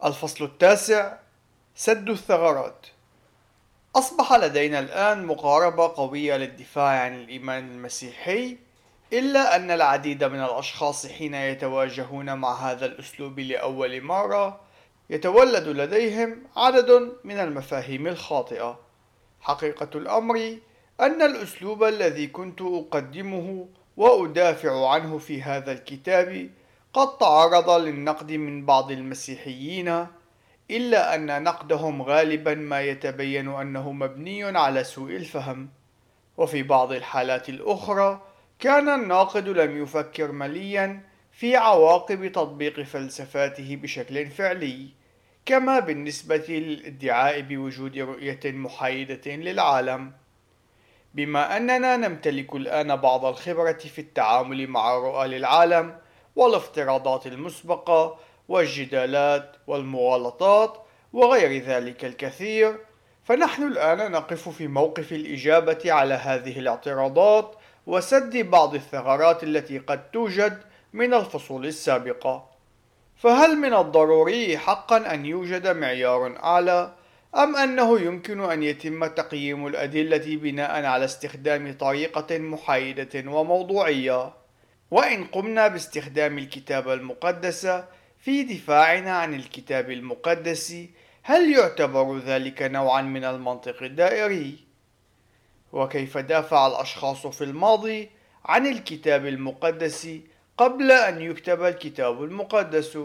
الفصل التاسع: سد الثغرات. أصبح لدينا الآن مقاربة قوية للدفاع عن الإيمان المسيحي، إلا أن العديد من الأشخاص حين يتواجهون مع هذا الأسلوب لأول مرة يتولد لديهم عدد من المفاهيم الخاطئة. حقيقة الأمر أن الأسلوب الذي كنت أقدمه وأدافع عنه في هذا الكتاب قد تعرض للنقد من بعض المسيحيين، إلا أن نقدهم غالبا ما يتبين أنه مبني على سوء الفهم، وفي بعض الحالات الأخرى كان الناقد لم يفكر مليا في عواقب تطبيق فلسفاته بشكل فعلي، كما بالنسبة للادعاء بوجود رؤية محايدة للعالم. بما أننا نمتلك الآن بعض الخبرة في التعامل مع رؤى للعالم والافتراضات المسبقة والجدالات والمغالطات وغير ذلك الكثير، فنحن الآن نقف في موقف الإجابة على هذه الاعتراضات وسد بعض الثغرات التي قد توجد من الفصول السابقة. فهل من الضروري حقا أن يوجد معيار أعلى، أم أنه يمكن أن يتم تقييم الأدلة بناء على استخدام طريقة محايدة وموضوعية؟ وإن قمنا باستخدام الكتاب المقدس في دفاعنا عن الكتاب المقدس، هل يعتبر ذلك نوعا من المنطق الدائري؟ وكيف دافع الأشخاص في الماضي عن الكتاب المقدس قبل أن يكتب الكتاب المقدس؟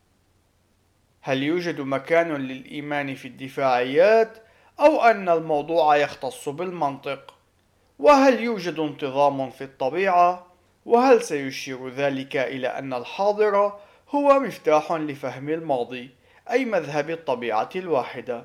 هل يوجد مكان للإيمان في الدفاعيات، أو أن الموضوع يختص بالمنطق؟ وهل يوجد انتظام في الطبيعة؟ وهل سيشير ذلك إلى أن الحاضر هو مفتاح لفهم الماضي، أي مذهب الطبيعة الواحدة؟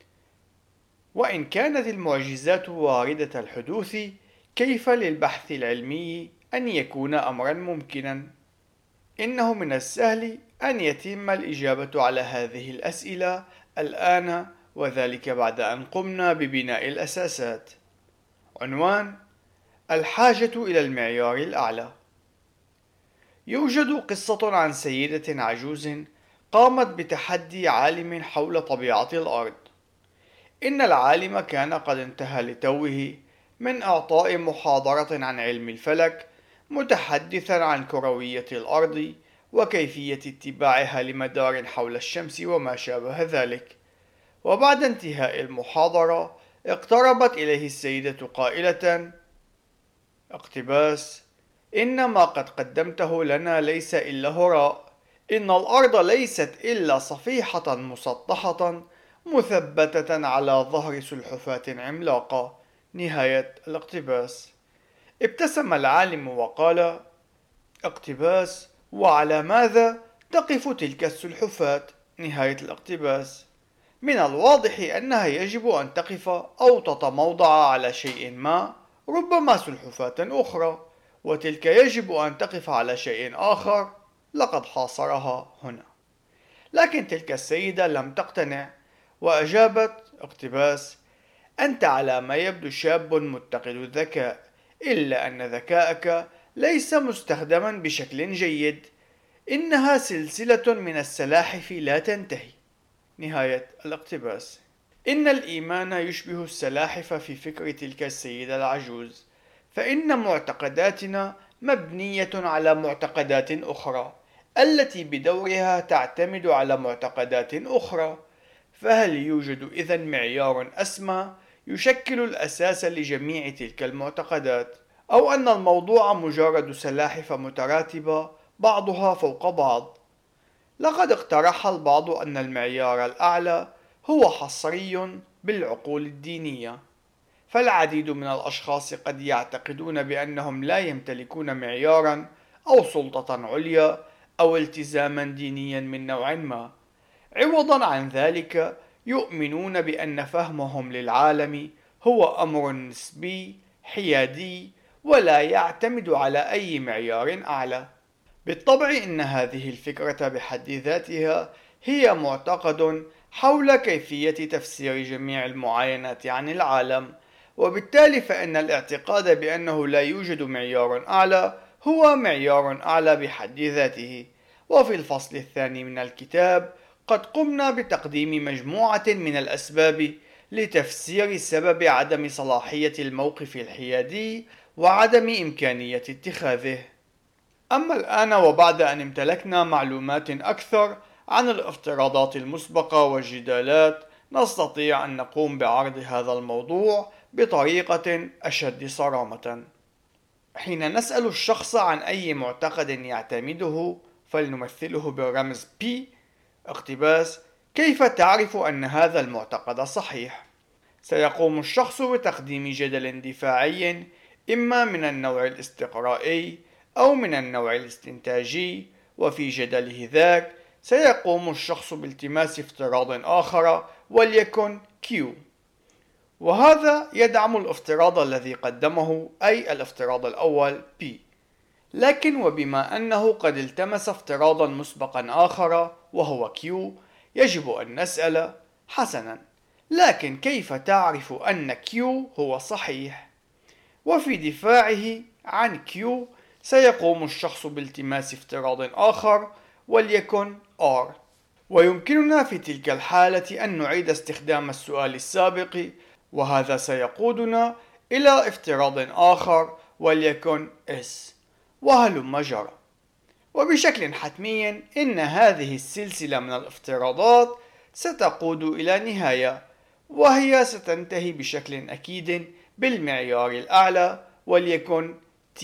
وإن كانت المعجزات واردة الحدوث، كيف للبحث العلمي أن يكون أمرا ممكنا؟ إنه من السهل أن يتم الإجابة على هذه الأسئلة الآن، وذلك بعد أن قمنا ببناء الأساسات. عنوان: الحاجة إلى المعيار الأعلى. يوجد قصة عن سيدة عجوز قامت بتحدي عالم حول طبيعة الأرض. إن العالم كان قد انتهى لتوه من إعطاء محاضرة عن علم الفلك، متحدثا عن كروية الأرض وكيفية اتباعها لمدار حول الشمس وما شابه ذلك. وبعد انتهاء المحاضرة اقتربت إليه السيدة قائلة: اقتباس: إن ما قد قدمته لنا ليس إلا هراء، إن الأرض ليست إلا صفيحة مسطحة مثبتة على ظهر سلحفاة عملاقة. نهاية الاقتباس. ابتسم العالم وقال: اقتباس: وعلى ماذا تقف تلك السلحفاة؟ نهاية الاقتباس. من الواضح أنها يجب أن تقف أو تتموضع على شيء ما، ربما سلحفاة أخرى، وتلك يجب أن تقف على شيء آخر. لقد حاصرها هنا. لكن تلك السيدة لم تقتنع، وأجابت: اقتباس: أنت على ما يبدو شاب متقد الذكاء، إلا أن ذكاءك ليس مستخدما بشكل جيد. إنها سلسلة من السلاحف لا تنتهي. نهاية الاقتباس. إن الإيمان يشبه السلاحف في فكر تلك السيدة العجوز، فإن معتقداتنا مبنية على معتقدات أخرى، التي بدورها تعتمد على معتقدات أخرى. فهل يوجد إذن معيار أسمى يشكل الأساس لجميع تلك المعتقدات، أو أن الموضوع مجرد سلاحف متراتبة بعضها فوق بعض؟ لقد اقترح البعض أن المعيار الأعلى هو حصري بالعقول الدينية، فالعديد من الأشخاص قد يعتقدون بأنهم لا يمتلكون معيارا أو سلطة عليا أو التزاما دينيا من نوع ما. عوضا عن ذلك يؤمنون بأن فهمهم للعالم هو أمر نسبي حيادي ولا يعتمد على أي معيار أعلى. بالطبع إن هذه الفكرة بحد ذاتها هي معتقد حول كيفية تفسير جميع المعاينات عن العالم، وبالتالي فإن الاعتقاد بأنه لا يوجد معيار أعلى هو معيار أعلى بحد ذاته. وفي الفصل الثاني من الكتاب قد قمنا بتقديم مجموعة من الأسباب لتفسير سبب عدم صلاحية الموقف الحيادي وعدم إمكانية اتخاذه. أما الآن وبعد أن امتلكنا معلومات أكثر عن الافتراضات المسبقة والجدالات، نستطيع أن نقوم بعرض هذا الموضوع بطريقة أشد صرامة. حين نسأل الشخص عن أي معتقد يعتمده، فلنمثله بالرمز P اقتباس: كيف تعرف أن هذا المعتقد صحيح؟ سيقوم الشخص بتقديم جدل دفاعي إما من النوع الاستقرائي أو من النوع الاستنتاجي، وفي جدله ذاك سيقوم الشخص بالتماس افتراض آخر وليكن Q، وهذا يدعم الافتراض الذي قدمه، أي الافتراض الأول P. لكن وبما أنه قد التمس افتراضا مسبقا آخر وهو Q، يجب أن نسأل: حسنا، لكن كيف تعرف أن Q هو صحيح؟ وفي دفاعه عن Q سيقوم الشخص بالتماس افتراض آخر وليكن R، ويمكننا في تلك الحالة أن نعيد استخدام السؤال السابق، وهذا سيقودنا إلى افتراض آخر وليكن S، وهلم جرى. وبشكل حتمي إن هذه السلسلة من الافتراضات ستقود إلى نهاية، وهي ستنتهي بشكل أكيد بالمعيار الأعلى وليكن T.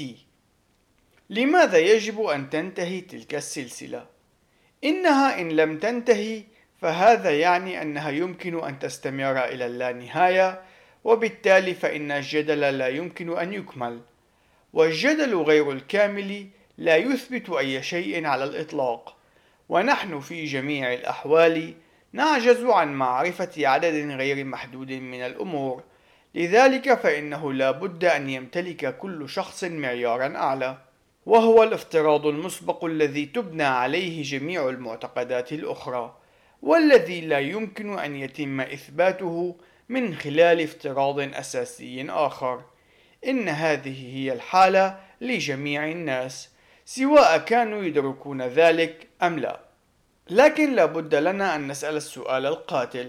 لماذا يجب أن تنتهي تلك السلسلة؟ إنها إن لم تنتهي فهذا يعني أنها يمكن أن تستمر إلى اللانهاية، وبالتالي فإن الجدل لا يمكن أن يكمل، والجدل غير الكامل لا يثبت أي شيء على الإطلاق، ونحن في جميع الأحوال نعجز عن معرفة عدد غير محدود من الأمور. لذلك فإنه لا بد أن يمتلك كل شخص معيارا أعلى، وهو الافتراض المسبق الذي تبنى عليه جميع المعتقدات الأخرى، والذي لا يمكن أن يتم إثباته من خلال افتراض أساسي آخر. إن هذه هي الحالة لجميع الناس، سواء كانوا يدركون ذلك أم لا. لكن لا بد لنا أن نسأل السؤال القاتل،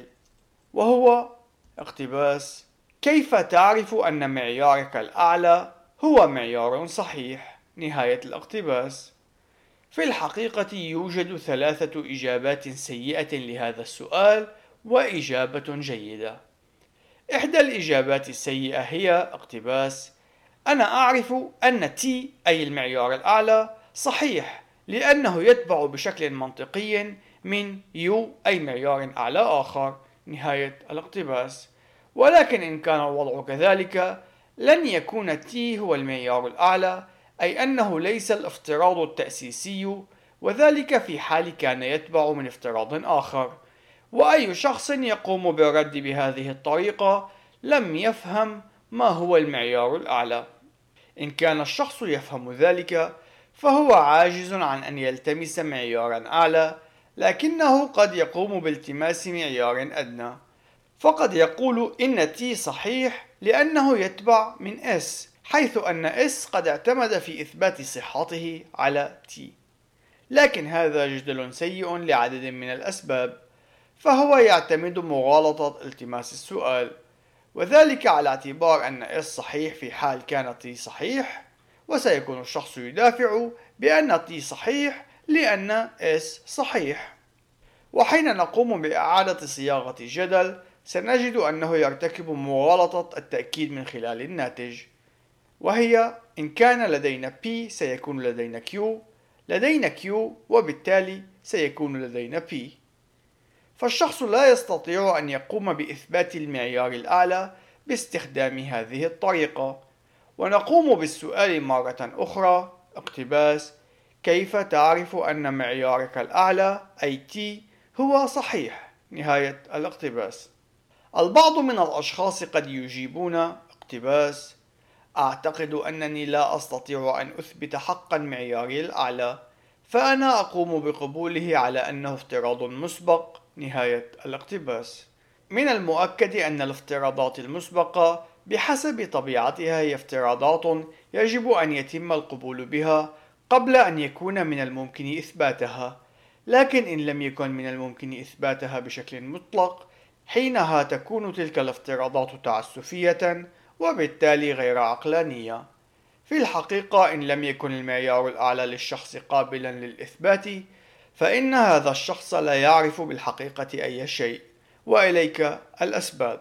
وهو اقتباس: كيف تعرف أن معيارك الأعلى هو معيار صحيح؟ نهاية الاقتباس. في الحقيقة يوجد 3 إجابات سيئة لهذا السؤال وإجابة جيدة. إحدى الإجابات السيئة هي اقتباس: أنا أعرف أن T أي المعيار الأعلى صحيح لأنه يتبع بشكل منطقي من U أي معيار أعلى آخر. نهاية الاقتباس. ولكن إن كان الوضع كذلك لن يكون T هو المعيار الأعلى، أي أنه ليس الافتراض التأسيسي، وذلك في حال كان يتبع من افتراض آخر. وأي شخص يقوم بالرد بهذه الطريقة لم يفهم ما هو المعيار الأعلى. إن كان الشخص يفهم ذلك فهو عاجز عن أن يلتمس معيارا أعلى، لكنه قد يقوم بالتماس معيار أدنى. فقد يقول إن T صحيح لأنه يتبع من S، حيث أن S قد اعتمد في إثبات صحته على T. لكن هذا جدل سيء لعدد من الأسباب، فهو يعتمد مغالطة التماس السؤال، وذلك على اعتبار أن S صحيح في حال كان T صحيح، وسيكون الشخص يدافع بأن T صحيح لأن S صحيح. وحين نقوم بإعادة صياغة الجدل سنجد أنه يرتكب مغالطة التأكيد من خلال الناتج، وهي إن كان لدينا P سيكون لدينا Q وبالتالي سيكون لدينا P. فالشخص لا يستطيع أن يقوم بإثبات المعيار الأعلى باستخدام هذه الطريقة. ونقوم بالسؤال مرة أخرى اقتباس: كيف تعرف أن معيارك الأعلى أي T هو صحيح؟ نهاية الاقتباس. البعض من الأشخاص قد يجيبون اقتباس: أعتقد أنني لا أستطيع أن أثبت حقا معياري الأعلى، فأنا أقوم بقبوله على أنه افتراض مسبق. نهاية الاقتباس. من المؤكد أن الافتراضات المسبقة بحسب طبيعتها هي افتراضات يجب أن يتم القبول بها قبل أن يكون من الممكن إثباتها، لكن إن لم يكن من الممكن إثباتها بشكل مطلق، حينها تكون تلك الافتراضات تعسفية وبالتالي غير عقلانية. في الحقيقة إن لم يكن المعيار الأعلى للشخص قابلا للإثبات، فإن هذا الشخص لا يعرف بالحقيقة أي شيء، وإليك الأسباب.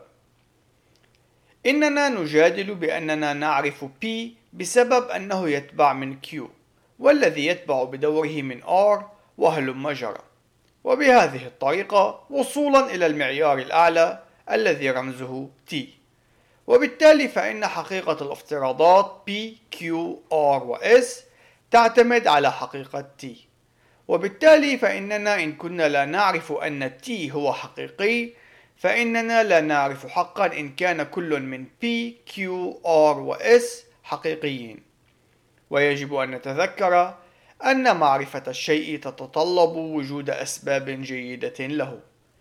إننا نجادل بأننا نعرف P بسبب أنه يتبع من Q، والذي يتبع بدوره من R، وهلم جرى، وبهذه الطريقة وصولا إلى المعيار الأعلى الذي رمزه T. وبالتالي فإن حقيقة الافتراضات P, Q, R و S تعتمد على حقيقة T. وبالتالي فإننا إن كنا لا نعرف أن T هو حقيقي، فإننا لا نعرف حقا إن كان كل من P, Q, R و S حقيقيين. ويجب أن نتذكر أن معرفة الشيء تتطلب وجود أسباب جيدة له،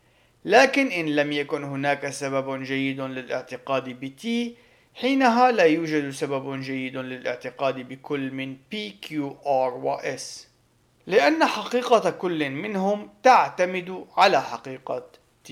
لكن إن لم يكن هناك سبب جيد للاعتقاد ب T، حينها لا يوجد سبب جيد للاعتقاد بكل من P, Q, R و S، لأن حقيقة كل منهم تعتمد على حقيقة T.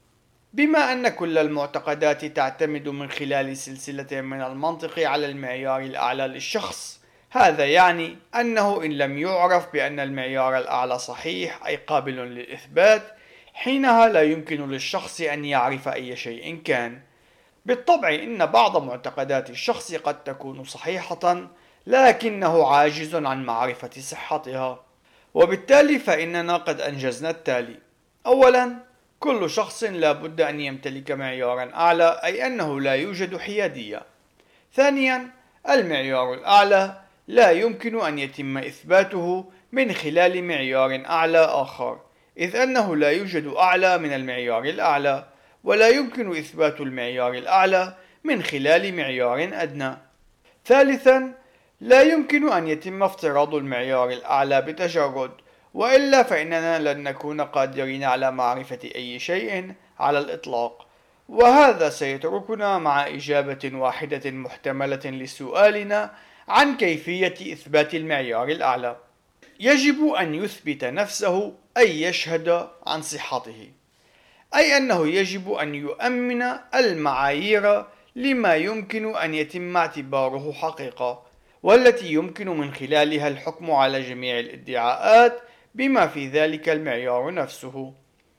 بما أن كل المعتقدات تعتمد من خلال سلسلة من المنطق على المعيار الأعلى للشخص، هذا يعني أنه إن لم يعرف بأن المعيار الأعلى صحيح أي قابل للإثبات، حينها لا يمكن للشخص أن يعرف أي شيء كان. بالطبع إن بعض معتقدات الشخص قد تكون صحيحة، لكنه عاجز عن معرفة صحتها. وبالتالي فإننا قد أنجزنا التالي: أولا، كل شخص لا بد أن يمتلك معيارا أعلى، أي أنه لا يوجد حيادية. ثانيا، المعيار الأعلى لا يمكن أن يتم إثباته من خلال معيار أعلى آخر، إذ أنه لا يوجد أعلى من المعيار الأعلى، ولا يمكن إثبات المعيار الأعلى من خلال معيار أدنى. ثالثا، لا يمكن أن يتم افتراض المعيار الأعلى بتجرد، وإلا فإننا لن نكون قادرين على معرفة أي شيء على الإطلاق. وهذا سيتركنا مع إجابة واحدة محتملة لسؤالنا عن كيفية إثبات المعيار الأعلى: يجب أن يثبت نفسه أي يشهد عن صحته، أي أنه يجب أن يؤمن المعايير لما يمكن أن يتم اعتباره حقيقة، والتي يمكن من خلالها الحكم على جميع الادعاءات بما في ذلك المعيار نفسه.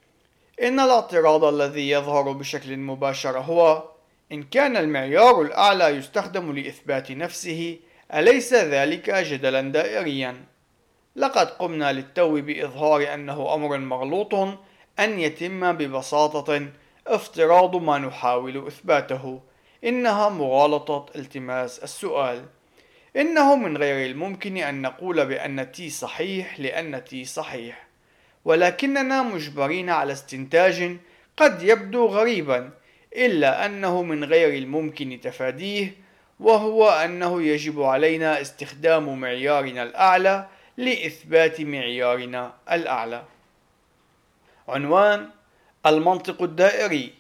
إن الاعتراض الذي يظهر بشكل مباشر هو: إن كان المعيار الأعلى يستخدم لإثبات نفسه، أليس ذلك جدلا دائريا؟ لقد قمنا للتو بإظهار أنه أمر مغلوط أن يتم ببساطة افتراض ما نحاول إثباته. إنها مغالطة التماس السؤال. إنه من غير الممكن أن نقول بأن T صحيح لأن T صحيح، ولكننا مجبرين على استنتاج قد يبدو غريبا، إلا أنه من غير الممكن تفاديه، وهو أنه يجب علينا استخدام معيارنا الأعلى لإثبات معيارنا الأعلى. عنوان: المنطق الدائري.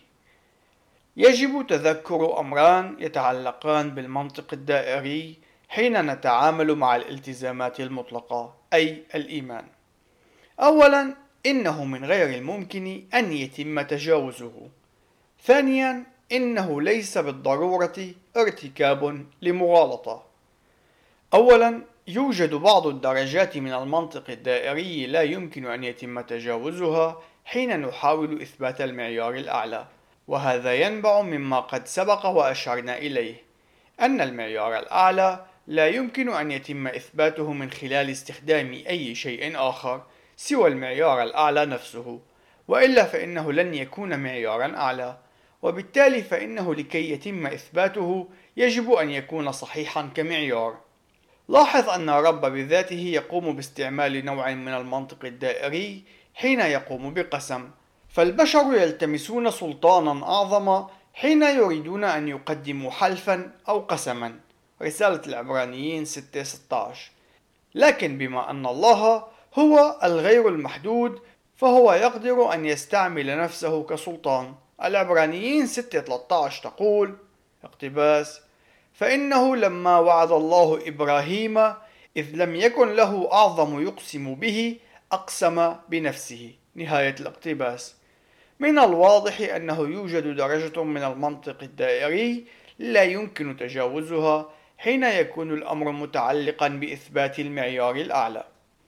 يجب تذكر أمران يتعلقان بالمنطق الدائري حين نتعامل مع الالتزامات المطلقة، أي الإيمان. أولا، إنه من غير الممكن أن يتم تجاوزه. ثانيا، إنه ليس بالضرورة ارتكاب لمغالطة. أولا، يوجد بعض الدرجات من المنطق الدائري لا يمكن أن يتم تجاوزها حين نحاول إثبات المعيار الأعلى، وهذا ينبع مما قد سبق وأشرنا إليه، أن المعيار الأعلى لا يمكن أن يتم إثباته من خلال استخدام أي شيء آخر سوى المعيار الأعلى نفسه، وإلا فإنه لن يكون معيارا أعلى، وبالتالي فإنه لكي يتم إثباته يجب أن يكون صحيحا كمعيار. لاحظ أن الرب بذاته يقوم باستعمال نوع من المنطق الدائري حين يقوم بقسم، فالبشر يلتمسون سلطانا أعظم حين يريدون أن يقدموا حلفا أو قسما. رسالة العبرانيين 6:16. لكن بما أن الله هو الغير المحدود، فهو يقدر أن يستعمل نفسه كسلطان. العبرانيين 6:13 تقول: اقتباس: فإنه لما وعد الله إبراهيم إذ لم يكن له أعظم يقسم به أقسم بنفسه. نهاية الاقتباس. من الواضح أنه يوجد درجة من المنطق الدائري لا يمكن تجاوزها حين يكون الأمر متعلقا بإثبات المعيار الأعلى.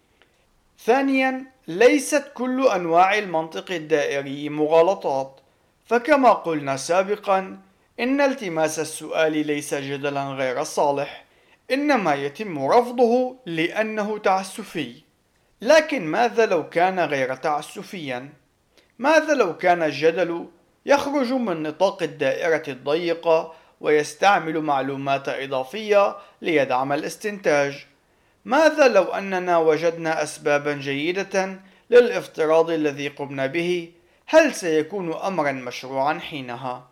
ثانيا، ليست كل أنواع المنطق الدائري مغالطات، فكما قلنا سابقا إن التماس السؤال ليس جدلا غير صالح، إنما يتم رفضه لأنه تعسفي. لكن ماذا لو كان غير تعسفيا؟ ماذا لو كان الجدل يخرج من نطاق الدائرة الضيقة ويستعمل معلومات إضافية ليدعم الاستنتاج؟ ماذا لو أننا وجدنا أسبابا جيدة للافتراض الذي قمنا به؟ هل سيكون أمرا مشروعا حينها؟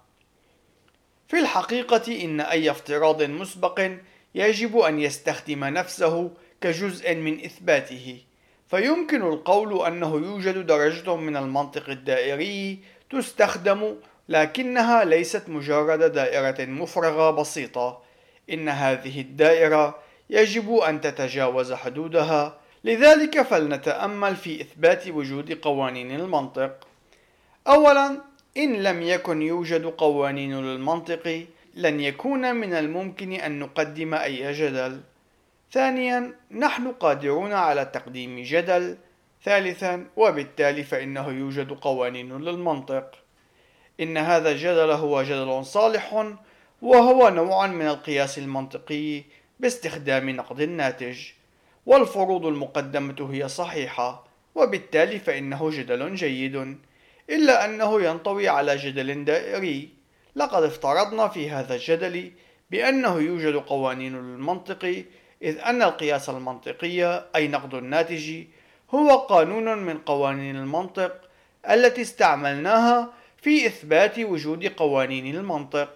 في الحقيقة إن أي افتراض مسبق يجب أن يستخدم نفسه كجزء من إثباته، فيمكن القول أنه يوجد درجة من المنطق الدائري تستخدم، لكنها ليست مجرد دائرة مفرغة بسيطة. إن هذه الدائرة يجب أن تتجاوز حدودها، لذلك فلنتأمل في إثبات وجود قوانين المنطق. أولا، إن لم يكن يوجد قوانين للمنطق لن يكون من الممكن أن نقدم أي جدل. ثانيا، نحن قادرون على تقديم جدل. ثالثا، وبالتالي فإنه يوجد قوانين للمنطق. إن هذا الجدل هو جدل صالح، وهو نوع من القياس المنطقي باستخدام نقد الناتج، والفروض المقدمة هي صحيحة، وبالتالي فإنه جدل جيد، إلا أنه ينطوي على جدل دائري. لقد افترضنا في هذا الجدل بأنه يوجد قوانين للمنطق، إذ أن القياس المنطقي أي نقد الناتج هو قانون من قوانين المنطق التي استعملناها في إثبات وجود قوانين المنطق.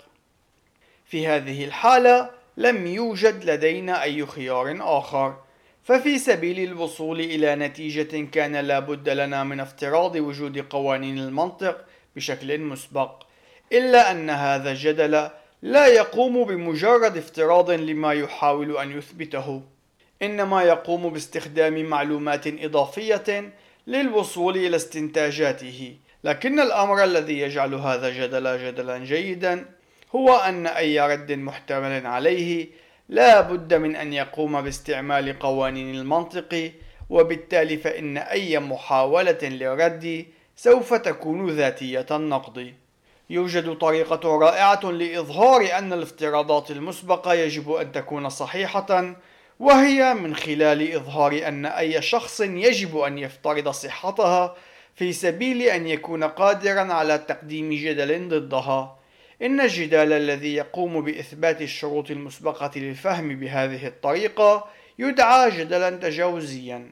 في هذه الحالة لم يوجد لدينا أي خيار آخر، ففي سبيل الوصول إلى نتيجة كان لا بد لنا من افتراض وجود قوانين المنطق بشكل مسبق، إلا أن هذا الجدل لا يقوم بمجرد افتراض لما يحاول أن يثبته، إنما يقوم باستخدام معلومات إضافية للوصول إلى استنتاجاته. لكن الأمر الذي يجعل هذا الجدل جدلا جيدا هو أن أي رد محتمل عليه لا بد من أن يقوم باستعمال قوانين المنطق، وبالتالي فإن أي محاولة للرد سوف تكون ذاتية النقد. يوجد طريقة رائعة لإظهار أن الافتراضات المسبقة يجب أن تكون صحيحة، وهي من خلال إظهار أن أي شخص يجب أن يفترض صحتها في سبيل أن يكون قادرا على تقديم جدل ضدها. إن الجدال الذي يقوم بإثبات الشروط المسبقة للفهم بهذه الطريقة يدعى جدلا تجاوزيا.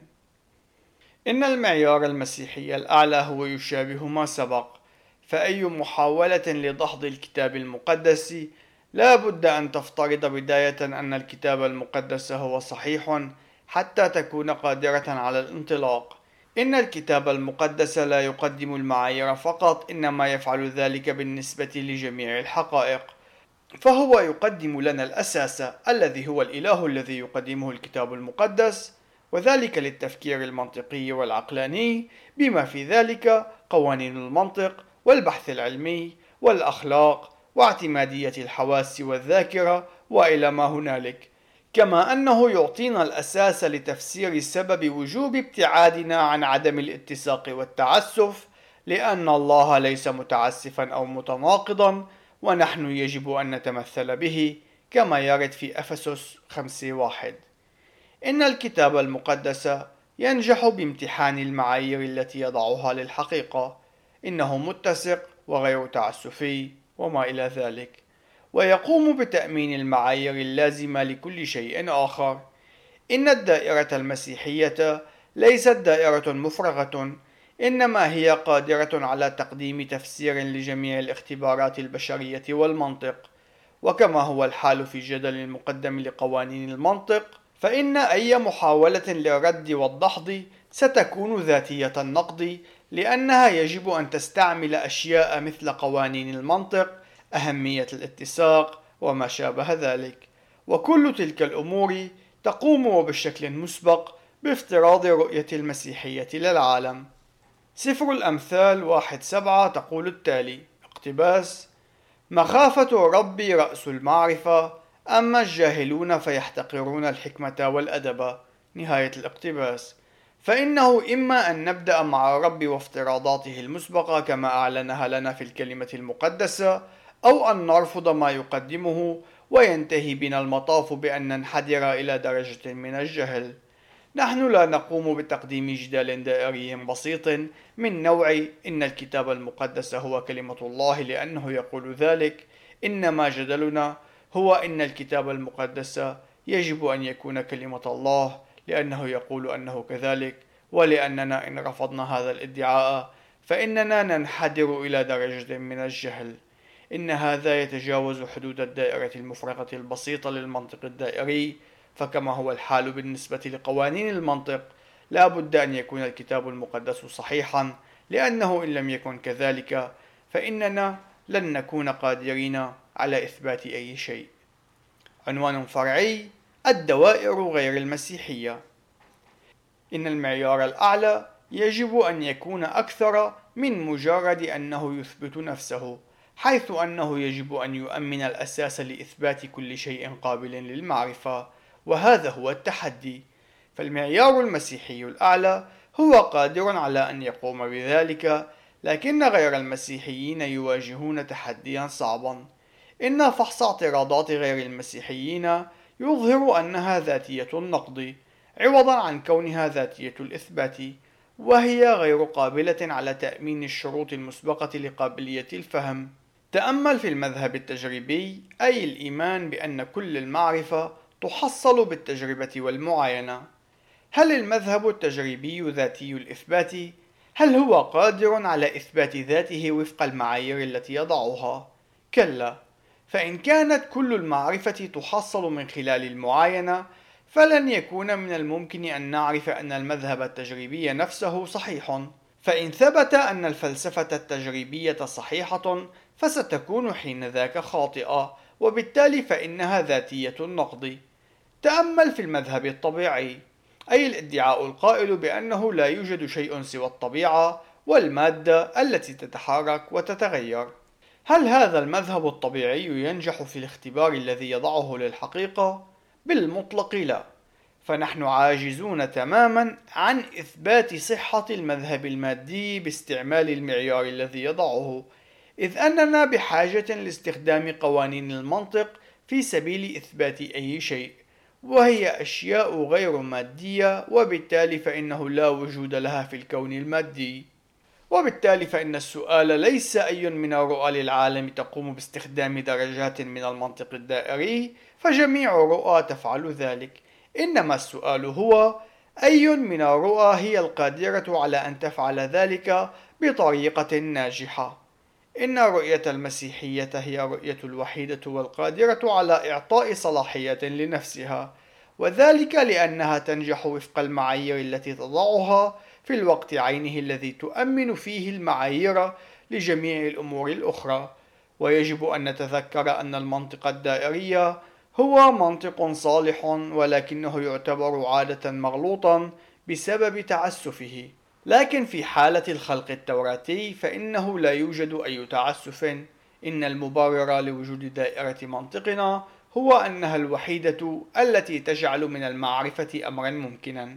إن المعيار المسيحي الأعلى هو يشابه ما سبق، فأي محاولة لدحض الكتاب المقدس لا بد أن تفترض بداية أن الكتاب المقدس هو صحيح حتى تكون قادرة على الانطلاق. إن الكتاب المقدس لا يقدم المعايير فقط، إنما يفعل ذلك بالنسبة لجميع الحقائق، فهو يقدم لنا الأساس الذي هو الإله الذي يقدمه الكتاب المقدس، وذلك للتفكير المنطقي والعقلاني، بما في ذلك قوانين المنطق والبحث العلمي والأخلاق واعتمادية الحواس والذاكرة وإلى ما هنالك، كما أنه يعطينا الأساس لتفسير سبب وجوب ابتعادنا عن عدم الاتساق والتعسف، لأن الله ليس متعسفا أو متناقضا، ونحن يجب أن نتمثل به، كما يرد في أفسس 5:1. إن الكتاب المقدس ينجح بامتحان المعايير التي يضعها للحقيقة، إنه متسق وغير تعسفي وما إلى ذلك، ويقوم بتأمين المعايير اللازمة لكل شيء آخر. إن الدائرة المسيحية ليست دائرة مفرغة، إنما هي قادرة على تقديم تفسير لجميع الاختبارات البشرية والمنطق، وكما هو الحال في الجدل المقدم لقوانين المنطق، فإن أي محاولة للرد والدحض ستكون ذاتية النقد، لأنها يجب أن تستعمل أشياء مثل قوانين المنطق، أهمية الاتساق وما شابه ذلك، وكل تلك الأمور تقوم وبشكل مسبق بافتراض رؤية المسيحية للعالم. سفر الأمثال 1:7 تقول التالي: اقتباس: مخافة ربي رأس المعرفة، أما الجاهلون فيحتقرون الحكمة والأدب. نهاية الاقتباس. فإنه إما أن نبدأ مع الرب وافتراضاته المسبقة كما أعلنها لنا في الكلمة المقدسة، أو أن نرفض ما يقدمه وينتهي بنا المطاف بأن ننحدر إلى درجة من الجهل. نحن لا نقوم بتقديم جدال دائري بسيط من نوع إن الكتاب المقدس هو كلمة الله لأنه يقول ذلك، إنما جدلنا هو إن الكتاب المقدس يجب أن يكون كلمة الله لأنه يقول أنه كذلك، ولأننا إن رفضنا هذا الادعاء فإننا ننحدر إلى درجة من الجهل. إن هذا يتجاوز حدود الدائرة المفرغة البسيطة للمنطق الدائري، فكما هو الحال بالنسبة لقوانين المنطق، لا بد أن يكون الكتاب المقدس صحيحا، لأنه إن لم يكن كذلك فإننا لن نكون قادرين على إثبات أي شيء. عنوان فرعي: الدوائر غير المسيحية. إن المعيار الأعلى يجب أن يكون أكثر من مجرد أنه يثبت نفسه، حيث أنه يجب أن يؤمن الأساس لإثبات كل شيء قابل للمعرفة، وهذا هو التحدي. فالمعيار المسيحي الأعلى هو قادر على أن يقوم بذلك، لكن غير المسيحيين يواجهون تحديا صعبا. إن فحص اعتراضات غير المسيحيين يظهر أنها ذاتية النقد عوضا عن كونها ذاتية الإثبات، وهي غير قابلة على تأمين الشروط المسبقة لقابلية الفهم. تأمل في المذهب التجريبي، أي الإيمان بأن كل المعرفة تحصل بالتجربة والمعاينة. هل المذهب التجريبي ذاتي الإثبات؟ هل هو قادر على إثبات ذاته وفق المعايير التي يضعها؟ كلا، فإن كانت كل المعرفة تحصل من خلال المعاينة، فلن يكون من الممكن أن نعرف أن المذهب التجريبي نفسه صحيح. فإن ثبت أن الفلسفة التجريبية صحيحة، فستكون حينذاك خاطئة، وبالتالي فإنها ذاتية النقد. تأمل في المذهب الطبيعي، أي الادعاء القائل بأنه لا يوجد شيء سوى الطبيعة والمادة التي تتحرك وتتغير. هل هذا المذهب الطبيعي ينجح في الاختبار الذي يضعه للحقيقة؟ بالمطلق لا، فنحن عاجزون تماما عن إثبات صحة المذهب المادي باستعمال المعيار الذي يضعه، إذ أننا بحاجة لاستخدام قوانين المنطق في سبيل إثبات أي شيء، وهي أشياء غير مادية، وبالتالي فإنه لا وجود لها في الكون المادي. وبالتالي فإن السؤال ليس أي من الرؤى للعالم تقوم باستخدام درجات من المنطق الدائري، فجميع الرؤى تفعل ذلك، إنما السؤال هو: أي من الرؤى هي القادرة على أن تفعل ذلك بطريقة ناجحة؟ إن الرؤية المسيحية هي الرؤية الوحيدة والقادرة على إعطاء صلاحية لنفسها، وذلك لأنها تنجح وفق المعايير التي تضعها في الوقت عينه الذي تؤمن فيه المعايير لجميع الأمور الأخرى. ويجب أن نتذكر أن المنطق الدائري هو منطق صالح، ولكنه يعتبر عادة مغلوطا بسبب تعسفه. لكن في حالة الخلق التوراتي فإنه لا يوجد أي تعسف. إن المبرر لوجود دائرة منطقنا هو أنها الوحيدة التي تجعل من المعرفة أمرا ممكنا.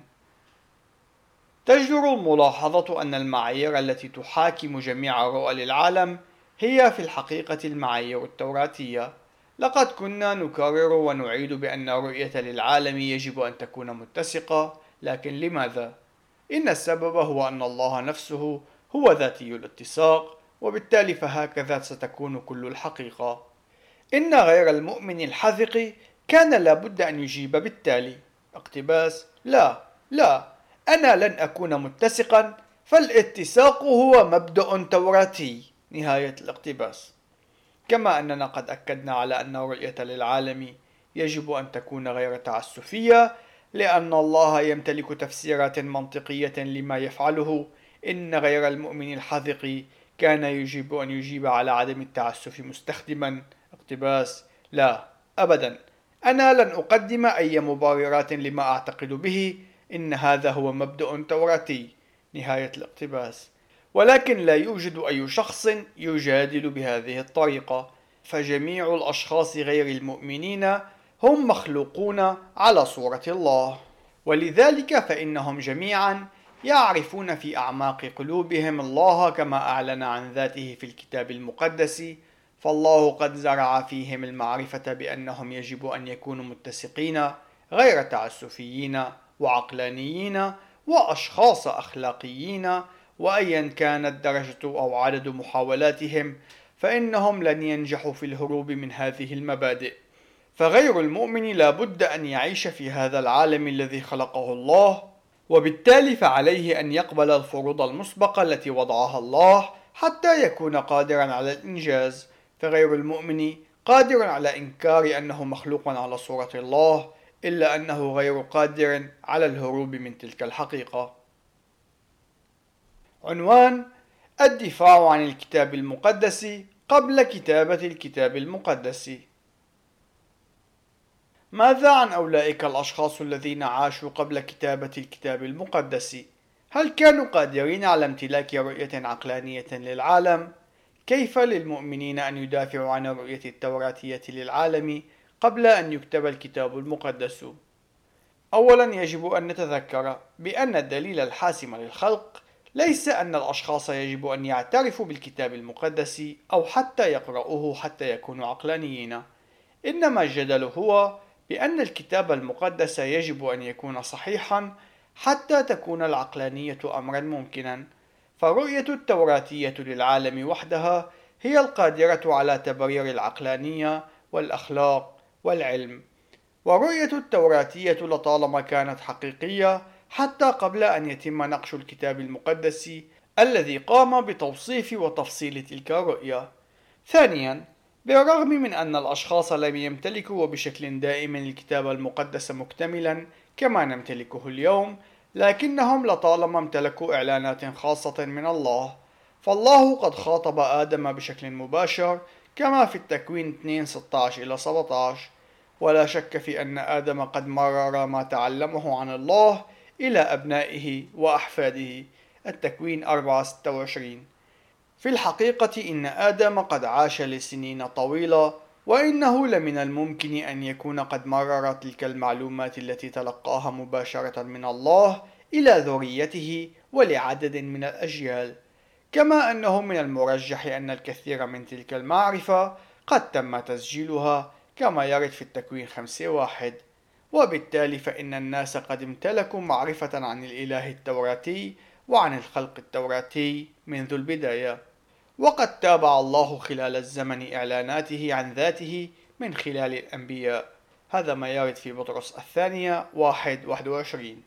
تجدر الملاحظة أن المعايير التي تحاكم جميع الرؤى للعالم هي في الحقيقة المعايير التوراتية. لقد كنا نكرر ونعيد بأن الرؤية للعالم يجب أن تكون متسقة، لكن لماذا؟ إن السبب هو أن الله نفسه هو ذاتي الاتساق، وبالتالي فهكذا ستكون كل الحقيقة. إن غير المؤمن الحذق كان لابد أن يجيب بالتالي: اقتباس: لا، أنا لن أكون متسقا، فالاتساق هو مبدأ توراتي. نهاية الاقتباس. كما أننا قد أكدنا على أن الرؤية للعالم يجب أن تكون غير تعسفية، لأن الله يمتلك تفسيرات منطقية لما يفعله. إن غير المؤمن الحذق كان يجب أن يجيب على عدم التعسف مستخدما: اقتباس: لا أبدا، أنا لن أقدم أي مبررات لما أعتقد به، إن هذا هو مبدأ توراتي. نهاية الاقتباس. ولكن لا يوجد أي شخص يجادل بهذه الطريقة، فجميع الأشخاص غير المؤمنين هم مخلوقون على صورة الله، ولذلك فإنهم جميعا يعرفون في أعماق قلوبهم الله كما أعلن عن ذاته في الكتاب المقدس، فالله قد زرع فيهم المعرفة بأنهم يجب أن يكونوا متسقين غير تعسفيين وعقلانيين وأشخاص أخلاقيين، وأيا كانت درجة أو عدد محاولاتهم فإنهم لن ينجحوا في الهروب من هذه المبادئ. فغير المؤمن لا بد أن يعيش في هذا العالم الذي خلقه الله، وبالتالي فعليه أن يقبل الفروض المسبقة التي وضعها الله حتى يكون قادرا على الإنجاز. فغير المؤمن قادر على إنكار أنه مخلوق على صورة الله، إلا أنه غير قادر على الهروب من تلك الحقيقة. عنوان: الدفاع عن الكتاب المقدس قبل كتابة الكتاب المقدس. ماذا عن أولئك الأشخاص الذين عاشوا قبل كتابة الكتاب المقدس؟ هل كانوا قادرين على امتلاك رؤية عقلانية للعالم؟ كيف للمؤمنين أن يدافعوا عن الرؤية التوراتية للعالم قبل أن يكتب الكتاب المقدس؟ أولا يجب أن نتذكر بأن الدليل الحاسم للخلق ليس أن الأشخاص يجب أن يعترفوا بالكتاب المقدس أو حتى يقرؤوه حتى يكونوا عقلانيين، إنما الجدل هو بأن الكتاب المقدس يجب أن يكون صحيحا حتى تكون العقلانية أمرا ممكنا. فالرؤية التوراتية للعالم وحدها هي القادرة على تبرير العقلانية والأخلاق والعلم، والرؤية التوراتية لطالما كانت حقيقية حتى قبل أن يتم نقش الكتاب المقدس الذي قام بتوصيف وتفصيل تلك الرؤية. ثانيا، بالرغم من أن الأشخاص لم يمتلكوا بشكل دائم الكتاب المقدس مكتملا كما نمتلكه اليوم، لكنهم لطالما امتلكوا إعلانات خاصة من الله. فالله قد خاطب آدم بشكل مباشر كما في التكوين 2:16-17، ولا شك في أن آدم قد مرر ما تعلمه عن الله إلى أبنائه وأحفاده. التكوين 4:26. في الحقيقة إن آدم قد عاش لسنين طويلة، وإنه لمن الممكن أن يكون قد مرر تلك المعلومات التي تلقاها مباشرة من الله إلى ذريته ولعدد من الأجيال، كما أنه من المرجح أن الكثير من تلك المعرفة قد تم تسجيلها كما يرد في التكوين 5:1. وبالتالي فإن الناس قد امتلكوا معرفة عن الإله التوراتي وعن الخلق التوراتي منذ البداية، وقد تابع الله خلال الزمن إعلاناته عن ذاته من خلال الأنبياء. هذا ما يرد في بطرس الثانية 1:21.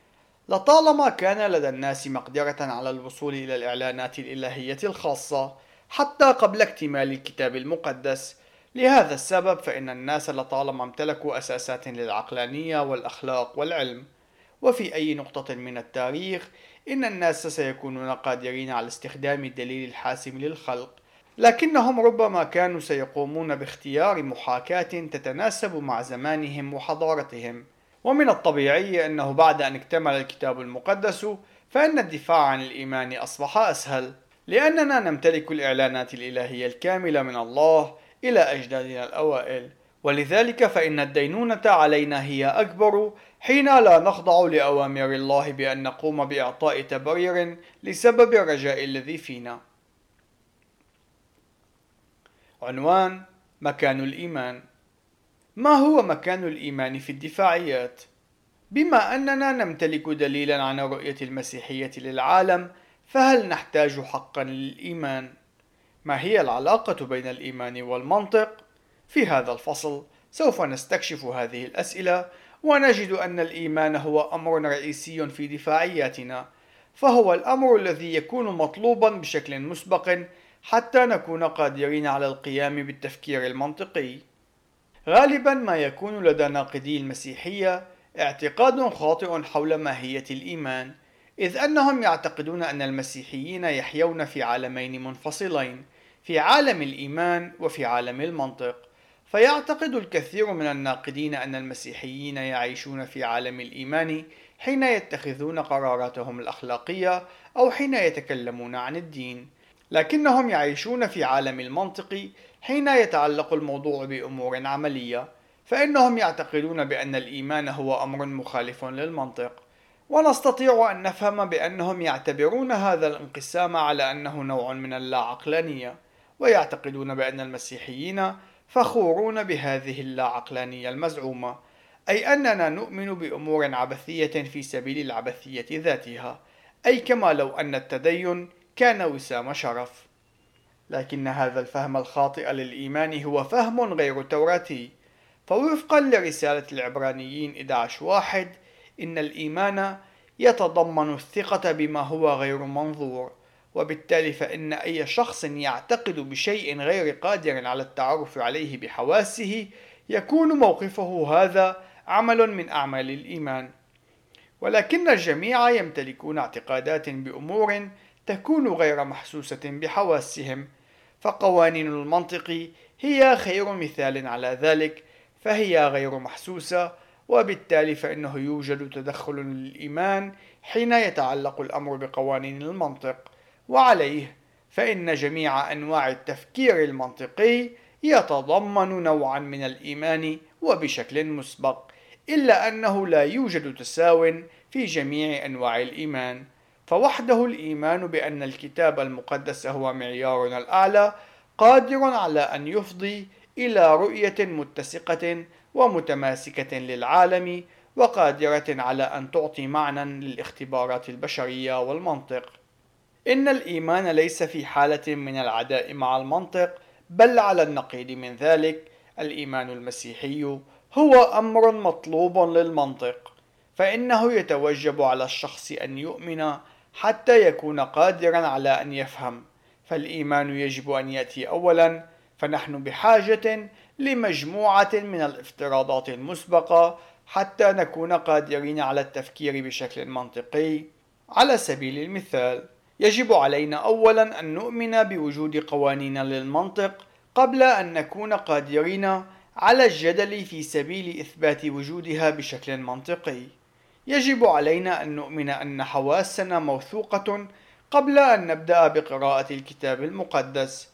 لطالما كان لدى الناس مقدرة على الوصول إلى الإعلانات الإلهية الخاصة حتى قبل اكتمال الكتاب المقدس، لهذا السبب فإن الناس لطالما امتلكوا أساسات للعقلانية والأخلاق والعلم. وفي أي نقطة من التاريخ إن الناس سيكونون قادرين على استخدام الدليل الحاسم للخلق، لكنهم ربما كانوا سيقومون باختيار محاكاة تتناسب مع زمانهم وحضارتهم. ومن الطبيعي أنه بعد أن اكتمل الكتاب المقدس فإن الدفاع عن الإيمان أصبح أسهل، لأننا نمتلك الإعلانات الإلهية الكاملة من الله إلى أجدادنا الأوائل، ولذلك فإن الدينونة علينا هي أكبر حين لا نخضع لأوامر الله بأن نقوم بإعطاء تبرير لسبب الرجاء الذي فينا. عنوان: مكان الإيمان. ما هو مكان الإيمان في الدفاعيات؟ بما أننا نمتلك دليلا عن الرؤية المسيحية للعالم، فهل نحتاج حقا للإيمان؟ ما هي العلاقة بين الإيمان والمنطق؟ في هذا الفصل سوف نستكشف هذه الأسئلة، ونجد أن الإيمان هو أمر رئيسي في دفاعياتنا، فهو الأمر الذي يكون مطلوبا بشكل مسبق حتى نكون قادرين على القيام بالتفكير المنطقي. غالبا ما يكون لدى ناقدي المسيحية اعتقاد خاطئ حول ماهية الإيمان، إذ أنهم يعتقدون أن المسيحيين يحيون في عالمين منفصلين، في عالم الإيمان وفي عالم المنطق. فيعتقد الكثير من الناقدين أن المسيحيين يعيشون في عالم الإيمان، حين يتخذون قراراتهم الأخلاقية أو حين يتكلمون عن الدين، لكنهم يعيشون في عالم المنطق حين يتعلق الموضوع بأمور عملية، فإنهم يعتقدون بأن الإيمان هو أمر مخالف للمنطق. ونستطيع أن نفهم بأنهم يعتبرون هذا الانقسام على أنه نوع من اللاعقلانية، ويعتقدون بأن المسيحيين فخورون بهذه اللاعقلانية المزعومة، أي أننا نؤمن بأمور عبثية في سبيل العبثية ذاتها، أي كما لو أن التدين كان وسام شرف. لكن هذا الفهم الخاطئ للإيمان هو فهم غير توراتي، فوفقا لرسالة العبرانيين 11:1 إن الإيمان يتضمن الثقة بما هو غير منظور، وبالتالي فإن أي شخص يعتقد بشيء غير قادر على التعرف عليه بحواسه يكون موقفه هذا عمل من أعمال الإيمان. ولكن الجميع يمتلكون اعتقادات بأمور تكون غير محسوسة بحواسهم، فقوانين المنطق هي خير مثال على ذلك، فهي غير محسوسة، وبالتالي فإنه يوجد تدخل للإيمان حين يتعلق الأمر بقوانين المنطق، وعليه فإن جميع أنواع التفكير المنطقي يتضمن نوعا من الإيمان وبشكل مسبق، إلا أنه لا يوجد تساو في جميع أنواع الإيمان، فوحده الإيمان بأن الكتاب المقدس هو معيارنا الأعلى قادر على أن يفضي إلى رؤية متسقة ومتماسكة للعالم، وقادرة على أن تعطي معنى للاختبارات البشرية والمنطق. إن الإيمان ليس في حالة من العداء مع المنطق، بل على النقيض من ذلك. الإيمان المسيحي هو أمر مطلوب للمنطق، فإنه يتوجب على الشخص أن يؤمن حتى يكون قادرا على أن يفهم، فالإيمان يجب أن يأتي أولا، فنحن بحاجة لمجموعة من الافتراضات المسبقة حتى نكون قادرين على التفكير بشكل منطقي. على سبيل المثال، يجب علينا أولا أن نؤمن بوجود قوانين للمنطق قبل أن نكون قادرين على الجدل في سبيل إثبات وجودها بشكل منطقي. يجب علينا أن نؤمن أن حواسنا موثوقة قبل أن نبدأ بقراءة الكتاب المقدس،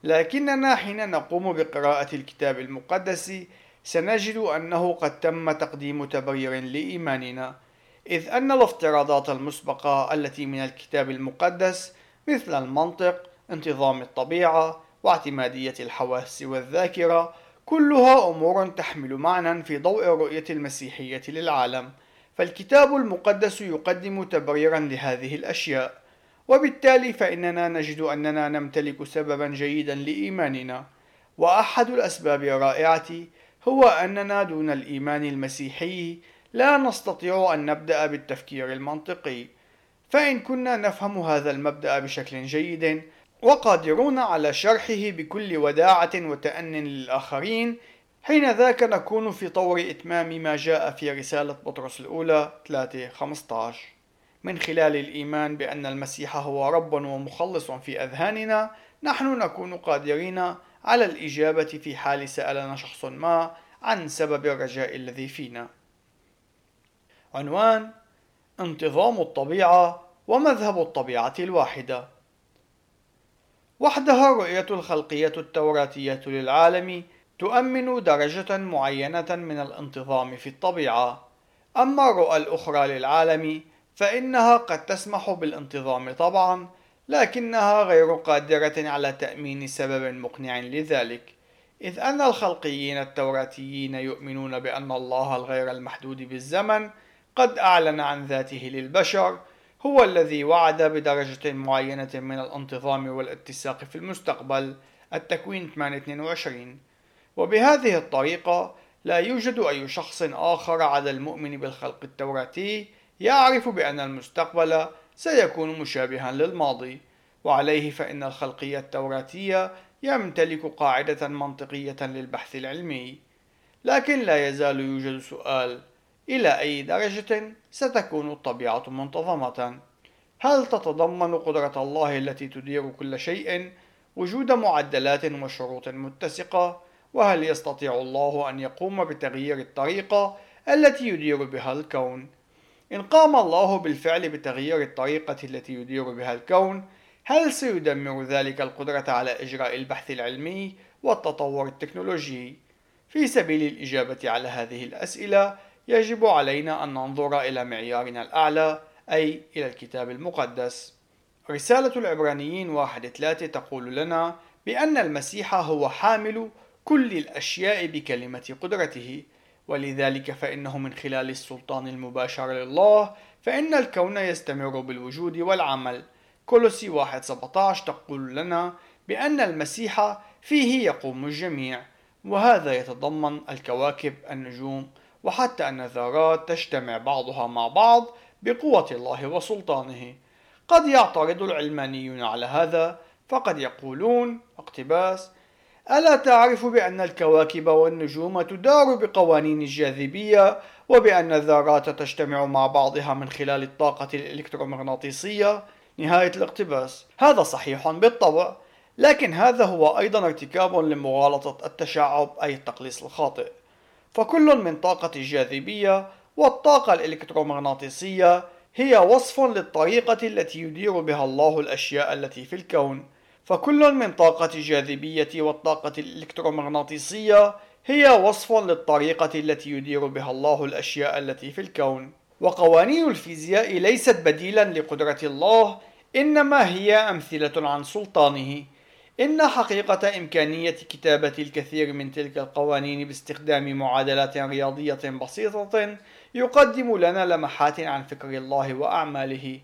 لكننا حين نقوم بقراءة الكتاب المقدس سنجد أنه قد تم تقديم تبرير لإيماننا، إذ أن الافتراضات المسبقة التي من الكتاب المقدس مثل المنطق، انتظام الطبيعة، واعتمادية الحواس والذاكرة كلها أمور تحمل معنى في ضوء الرؤية المسيحية للعالم، فالكتاب المقدس يقدم تبريرا لهذه الأشياء، وبالتالي فإننا نجد أننا نمتلك سببا جيدا لإيماننا. وأحد الأسباب الرائعة هو أننا دون الإيمان المسيحي لا نستطيع أن نبدأ بالتفكير المنطقي، فإن كنا نفهم هذا المبدأ بشكل جيد وقادرون على شرحه بكل وداعة وتأن للآخرين، حين ذاك نكون في طور إتمام ما جاء في رسالة بطرس الأولى 3:15. من خلال الإيمان بأن المسيح هو رب ومخلص في أذهاننا، نحن نكون قادرين على الإجابة في حال سألنا شخص ما عن سبب الرجاء الذي فينا. عنوان: انتظام الطبيعة ومذهب الطبيعة الواحدة. وحدها الرؤية الخلقية التوراتية للعالم تؤمن درجة معينة من الانتظام في الطبيعة، أما الرؤى الأخرى للعالم فإنها قد تسمح بالانتظام طبعا، لكنها غير قادرة على تأمين سبب مقنع لذلك، إذ أن الخلقيين التوراتيين يؤمنون بأن الله الغير المحدود بالزمن قد أعلن عن ذاته للبشر، هو الذي وعد بدرجة معينة من الانتظام والاتساق في المستقبل، التكوين 8:22. وبهذه الطريقة لا يوجد أي شخص آخر عدا المؤمن بالخلق التوراتي يعرف بأن المستقبل سيكون مشابها للماضي، وعليه فإن الخلقية التوراتية يمتلك قاعدة منطقية للبحث العلمي. لكن لا يزال يوجد سؤال: إلى أي درجة ستكون الطبيعة منتظمة؟ هل تتضمن قدرة الله التي تدير كل شيء وجود معدلات وشروط متسقة؟ وهل يستطيع الله أن يقوم بتغيير الطريقة التي يدير بها الكون؟ إن قام الله بالفعل بتغيير الطريقة التي يدير بها الكون، هل سيدمر ذلك القدرة على إجراء البحث العلمي والتطور التكنولوجي؟ في سبيل الإجابة على هذه الأسئلة، يجب علينا أن ننظر إلى معيارنا الأعلى، أي إلى الكتاب المقدس. رسالة العبرانيين 1:3 تقول لنا بأن المسيح هو حامل كل الأشياء بكلمة قدرته، ولذلك فإنه من خلال السلطان المباشر لله فإن الكون يستمر بالوجود والعمل. كولوسي 1:17 تقول لنا بأن المسيح فيه يقوم الجميع، وهذا يتضمن الكواكب، النجوم، وحتى أن الذرات تجتمع بعضها مع بعض بقوة الله وسلطانه. قد يعترض العلمانيون على هذا، فقد يقولون اقتباس: ألا تعرف بأن الكواكب والنجوم تدار بقوانين الجاذبية، وبأن الذرات تجتمع مع بعضها من خلال الطاقة الإلكترومغناطيسية؟ نهاية الاقتباس. هذا صحيح بالطبع، لكن هذا هو أيضا ارتكاب لمغالطة التشعب، أي التقليص الخاطئ. فكل من طاقة الجاذبية والطاقة الإلكترومغناطيسية هي وصف للطريقة التي يدير بها الله الأشياء التي في الكون. فكل من طاقة الجاذبية والطاقة الإلكترومغناطيسية هي وصف للطريقة التي يدير بها الله الأشياء التي في الكون. وقوانين الفيزياء ليست بديلا لقدرة الله، إنما هي أمثلة عن سلطانه. إن حقيقة إمكانية كتابة الكثير من تلك القوانين باستخدام معادلات رياضية بسيطة يقدم لنا لمحات عن فكر الله وأعماله.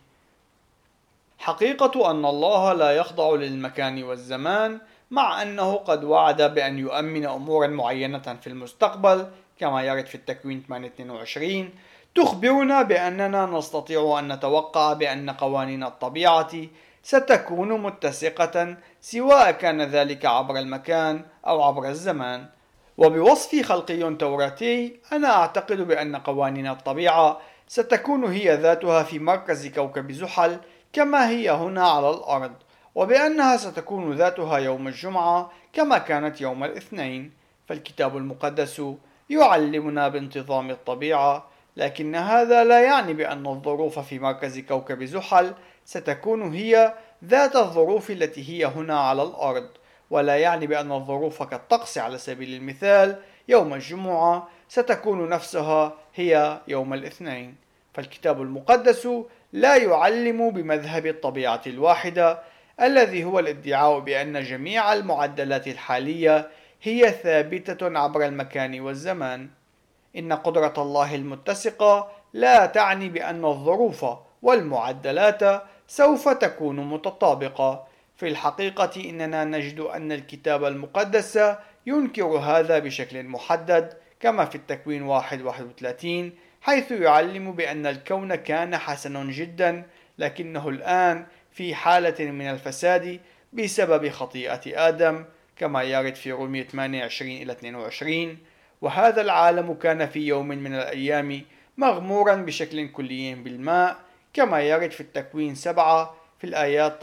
حقيقة أن الله لا يخضع للمكان والزمان، مع أنه قد وعد بأن يؤمن أمورا معينة في المستقبل كما يرد في التكوين 8:22، تخبرنا بأننا نستطيع أن نتوقع بأن قوانين الطبيعة ستكون متسقة، سواء كان ذلك عبر المكان أو عبر الزمان. وبوصفي خلقي توراتي، أنا أعتقد بأن قوانين الطبيعة ستكون هي ذاتها في مركز كوكب زحل كما هي هنا على الأرض، وبأنها ستكون ذاتها يوم الجمعة كما كانت يوم الاثنين. فالكتاب المقدس يعلمنا بانتظام الطبيعة، لكن هذا لا يعني بأن الظروف في مركز كوكب زحل ستكون هي ذات الظروف التي هي هنا على الأرض، ولا يعني بأن الظروف كالطقس على سبيل المثال يوم الجمعة ستكون نفسها هي يوم الاثنين. فالكتاب المقدس لا يعلم بمذهب الطبيعة الواحدة، الذي هو الادعاء بأن جميع المعدلات الحالية هي ثابتة عبر المكان والزمان. إن قدرة الله المتسقة لا تعني بأن الظروف والمعدلات سوف تكون متطابقة. في الحقيقة إننا نجد أن الكتاب المقدس ينكر هذا بشكل محدد، كما في التكوين 1:31، حيث يعلم بأن الكون كان حسنا جدا، لكنه الآن في حالة من الفساد بسبب خطيئة آدم، كما يرد في رومية 8:20-22. وهذا العالم كان في يوم من الأيام مغمورا بشكل كلي بالماء، كما يرد في التكوين 7 في الآيات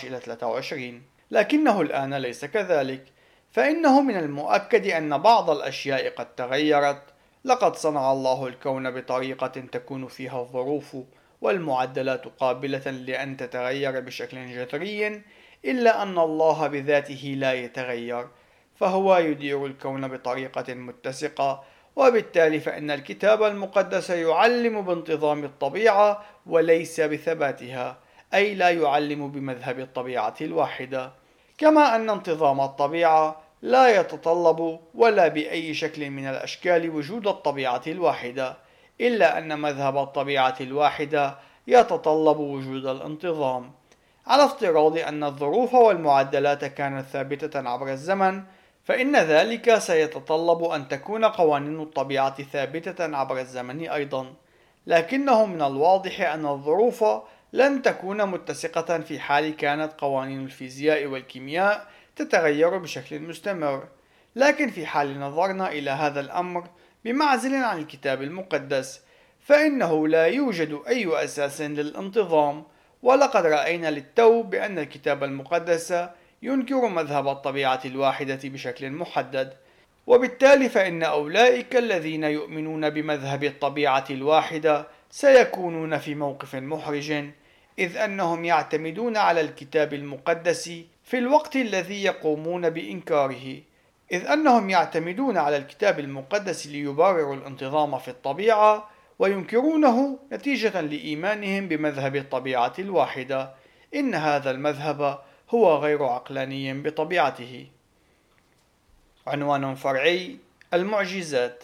19-23. لكنه الآن ليس كذلك، فإنه من المؤكد أن بعض الأشياء قد تغيرت. لقد صنع الله الكون بطريقة تكون فيها الظروف والمعدلات قابلة لأن تتغير بشكل جذري، إلا أن الله بذاته لا يتغير، فهو يدير الكون بطريقة متسقة. وبالتالي فإن الكتاب المقدس يعلم بانتظام الطبيعة وليس بثباتها، أي لا يعلم بمذهب الطبيعة الواحدة. كما أن انتظام الطبيعة لا يتطلب ولا بأي شكل من الأشكال وجود الطبيعة الواحدة، إلا أن مذهب الطبيعة الواحدة يتطلب وجود الانتظام. على افتراض أن الظروف والمعدلات كانت ثابتة عبر الزمن، فإن ذلك سيتطلب أن تكون قوانين الطبيعة ثابتة عبر الزمن أيضا. لكنه من الواضح أن الظروف لن تكون متسقة في حال كانت قوانين الفيزياء والكيمياء تتغير بشكل مستمر. لكن في حال نظرنا إلى هذا الأمر بمعزل عن الكتاب المقدس، فإنه لا يوجد أي أساس للانتظام. ولقد رأينا للتو بأن الكتاب المقدس ينكر مذهب الطبيعة الواحدة بشكل محدد، وبالتالي فإن أولئك الذين يؤمنون بمذهب الطبيعة الواحدة سيكونون في موقف محرج، إذ أنهم يعتمدون على الكتاب المقدس في الوقت الذي يقومون بإنكاره، إذ أنهم يعتمدون على الكتاب المقدس ليبرروا الانتظام في الطبيعة، وينكرونه نتيجة لإيمانهم بمذهب الطبيعة الواحدة. إن هذا المذهب هو غير عقلاني بطبيعته. عنوان فرعي: المعجزات.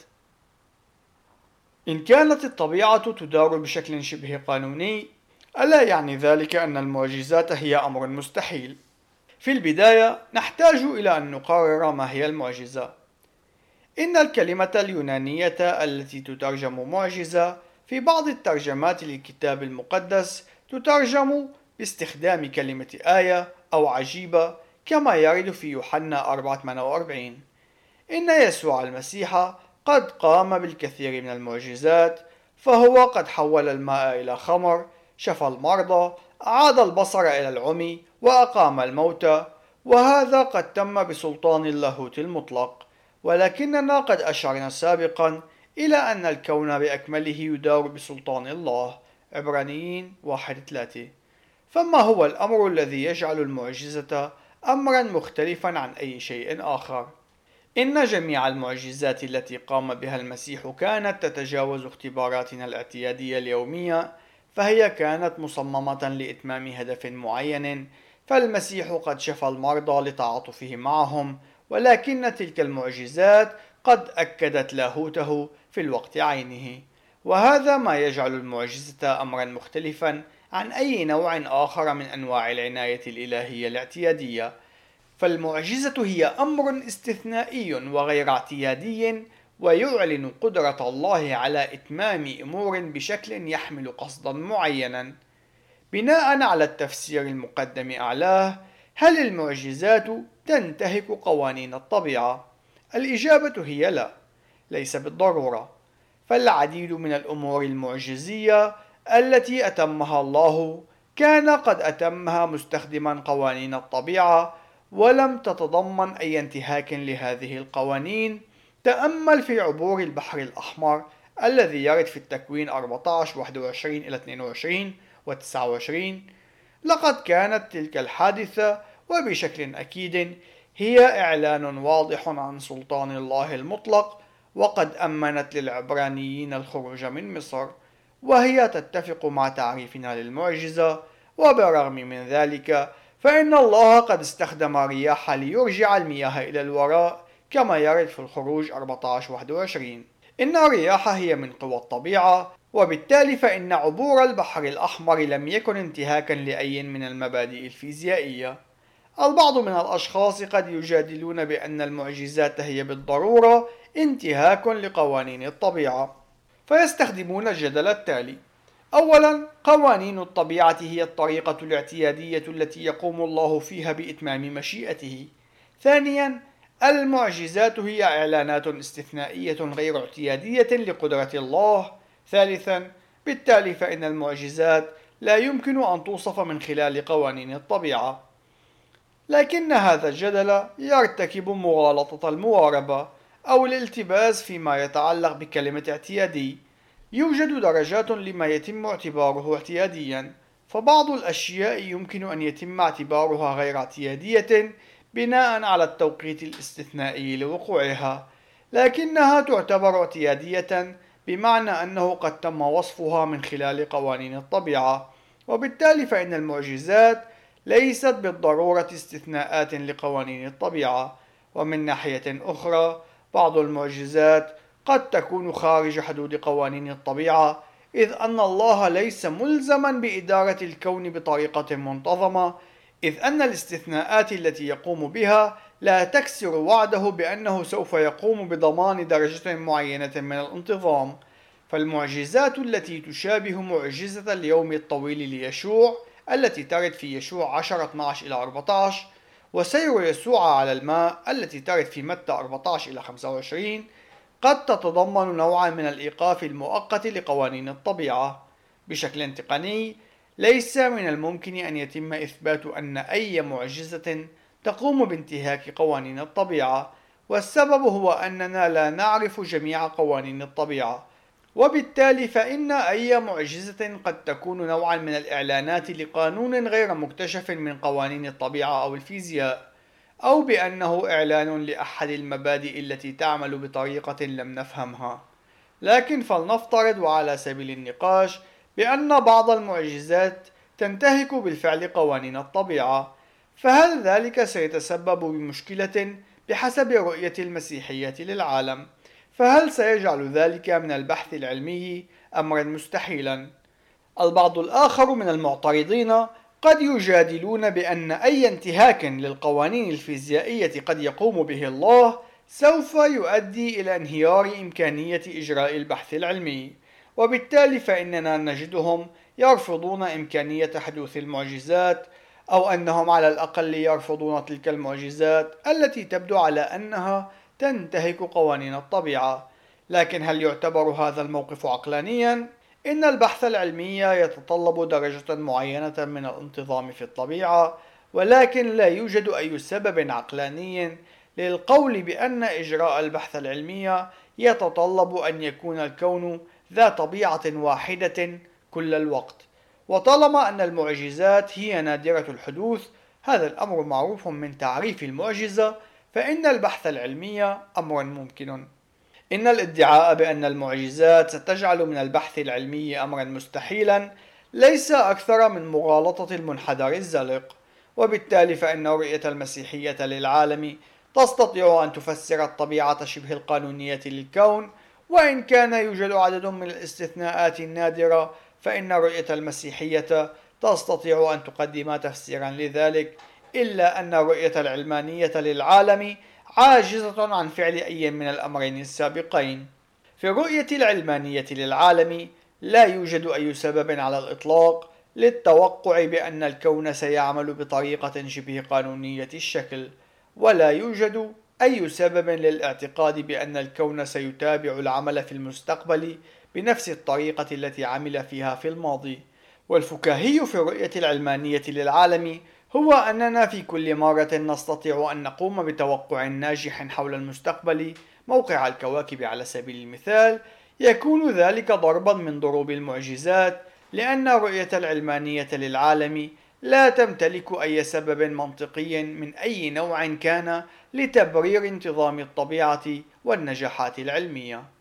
إن كانت الطبيعة تدار بشكل شبه قانوني، ألا يعني ذلك أن المعجزات هي أمر مستحيل؟ في البداية نحتاج إلى أن نقرر ما هي المعجزة. إن الكلمة اليونانية التي تترجم معجزة في بعض الترجمات للكتاب المقدس تترجم باستخدام كلمة آية أو عجيبة، كما يرد في يوحنا 4:48. إن يسوع المسيح قد قام بالكثير من المعجزات، فهو قد حول الماء إلى خمر، شفى المرضى، أعاد البصر إلى العمي، وأقام الموتى، وهذا قد تم بسلطان اللاهوت المطلق. ولكننا قد أشرنا سابقا إلى أن الكون بأكمله يدار بسلطان الله. عبرانيين 1:3. فما هو الأمر الذي يجعل المعجزة أمرا مختلفا عن أي شيء آخر؟ إن جميع المعجزات التي قام بها المسيح كانت تتجاوز اختباراتنا الاعتيادية اليومية، فهي كانت مصممة لإتمام هدف معين، فالمسيح قد شفى المرضى لتعاطفه معهم، ولكن تلك المعجزات قد أكدت لاهوته في الوقت عينه، وهذا ما يجعل المعجزة أمرا مختلفا عن أي نوع آخر من أنواع العناية الإلهية الاعتيادية. فالمعجزة هي أمر استثنائي وغير اعتيادي، ويعلن قدرة الله على إتمام أمور بشكل يحمل قصدا معينا. بناء على التفسير المقدم أعلاه، هل المعجزات تنتهك قوانين الطبيعة؟ الإجابة هي لا، ليس بالضرورة، فالعديد من الأمور المعجزية التي أتمها الله كان قد أتمها مستخدما قوانين الطبيعة، ولم تتضمن أي انتهاك لهذه القوانين. تأمل في عبور البحر الأحمر الذي يرد في التكوين 14:21-22 و29. لقد كانت تلك الحادثة وبشكل أكيد هي إعلان واضح عن سلطان الله المطلق، وقد أمنت للعبرانيين الخروج من مصر، وهي تتفق مع تعريفنا للمعجزة. وبالرغم من ذلك فإن الله قد استخدم الرياح ليرجع المياه إلى الوراء، كما يرد في الخروج 14:21. إن الرياح هي من قوى الطبيعة، وبالتالي فإن عبور البحر الأحمر لم يكن انتهاكا لأي من المبادئ الفيزيائية. البعض من الأشخاص قد يجادلون بأن المعجزات هي بالضرورة انتهاك لقوانين الطبيعة، فيستخدمون الجدل التالي: أولا، قوانين الطبيعة هي الطريقة الاعتيادية التي يقوم الله فيها بإتمام مشيئته. ثانيا، المعجزات هي إعلانات استثنائية غير اعتيادية لقدرة الله. ثالثا، بالتالي فإن المعجزات لا يمكن أن توصف من خلال قوانين الطبيعة. لكن هذا الجدل يرتكب مغالطة المواربة أو الالتباس فيما يتعلق بكلمة اعتيادي. يوجد درجات لما يتم اعتباره اعتياديا، فبعض الأشياء يمكن أن يتم اعتبارها غير اعتيادية بناء على التوقيت الاستثنائي لوقوعها، لكنها تعتبر اعتيادية بمعنى أنه قد تم وصفها من خلال قوانين الطبيعة. وبالتالي فإن المعجزات ليست بالضرورة استثناءات لقوانين الطبيعة. ومن ناحية أخرى، بعض المعجزات قد تكون خارج حدود قوانين الطبيعة، إذ أن الله ليس ملزما بإدارة الكون بطريقة منتظمة، إذ أن الاستثناءات التي يقوم بها لا تكسر وعده بأنه سوف يقوم بضمان درجة معينة من الانتظام. فالمعجزات التي تشابه معجزة اليوم الطويل ليشوع التي ترد في يشوع 10:12-14، وسير يسوع على الماء التي ترد في متى 14-25، قد تتضمن نوعا من الإيقاف المؤقت لقوانين الطبيعة. بشكل تقني، ليس من الممكن أن يتم إثبات أن أي معجزة تقوم بانتهاك قوانين الطبيعة، والسبب هو أننا لا نعرف جميع قوانين الطبيعة، وبالتالي فإن أي معجزة قد تكون نوعا من الإعلانات لقانون غير مكتشف من قوانين الطبيعة أو الفيزياء، أو بأنه إعلان لأحد المبادئ التي تعمل بطريقة لم نفهمها. لكن فلنفترض وعلى سبيل النقاش بأن بعض المعجزات تنتهك بالفعل قوانين الطبيعة، فهل ذلك سيتسبب بمشكلة بحسب رؤية المسيحية للعالم؟ فهل سيجعل ذلك من البحث العلمي أمرا مستحيلا؟ البعض الآخر من المعترضين قد يجادلون بأن أي انتهاك للقوانين الفيزيائية قد يقوم به الله سوف يؤدي إلى انهيار إمكانية إجراء البحث العلمي، وبالتالي فإننا نجدهم يرفضون إمكانية حدوث المعجزات، أو أنهم على الأقل يرفضون تلك المعجزات التي تبدو على أنها تنتهك قوانين الطبيعة. لكن هل يعتبر هذا الموقف عقلانيا؟ إن البحث العلمي يتطلب درجة معينة من الانتظام في الطبيعة، ولكن لا يوجد أي سبب عقلاني للقول بأن إجراء البحث العلمي يتطلب أن يكون الكون ذا طبيعة واحدة كل الوقت. وطالما أن المعجزات هي نادرة الحدوث، هذا الأمر معروف من تعريف المعجزة، فإن البحث العلمي أمر ممكن. إن الادعاء بأن المعجزات ستجعل من البحث العلمي أمرا مستحيلا ليس أكثر من مغالطة المنحدر الزلق، وبالتالي فإن رؤية المسيحية للعالم تستطيع أن تفسر الطبيعة شبه القانونية للكون، وإن كان يوجد عدد من الاستثناءات النادرة، فإن رؤية المسيحية تستطيع أن تقدم تفسيرا لذلك، إلا أن الرؤية العلمانية للعالم عاجزة عن فعل أي من الأمرين السابقين. في الرؤية العلمانية للعالم لا يوجد أي سبب على الإطلاق للتوقع بأن الكون سيعمل بطريقة شبه قانونية الشكل، ولا يوجد أي سبب للاعتقاد بأن الكون سيتابع العمل في المستقبل بنفس الطريقة التي عمل فيها في الماضي. والفكاهي في الرؤية العلمانية للعالم هو أننا في كل مرة نستطيع أن نقوم بتوقع ناجح حول المستقبل، موقع الكواكب على سبيل المثال، يكون ذلك ضربا من ضروب المعجزات، لأن الرؤية العلمانية للعالم لا تمتلك أي سبب منطقي من أي نوع كان لتبرير انتظام الطبيعة والنجاحات العلمية.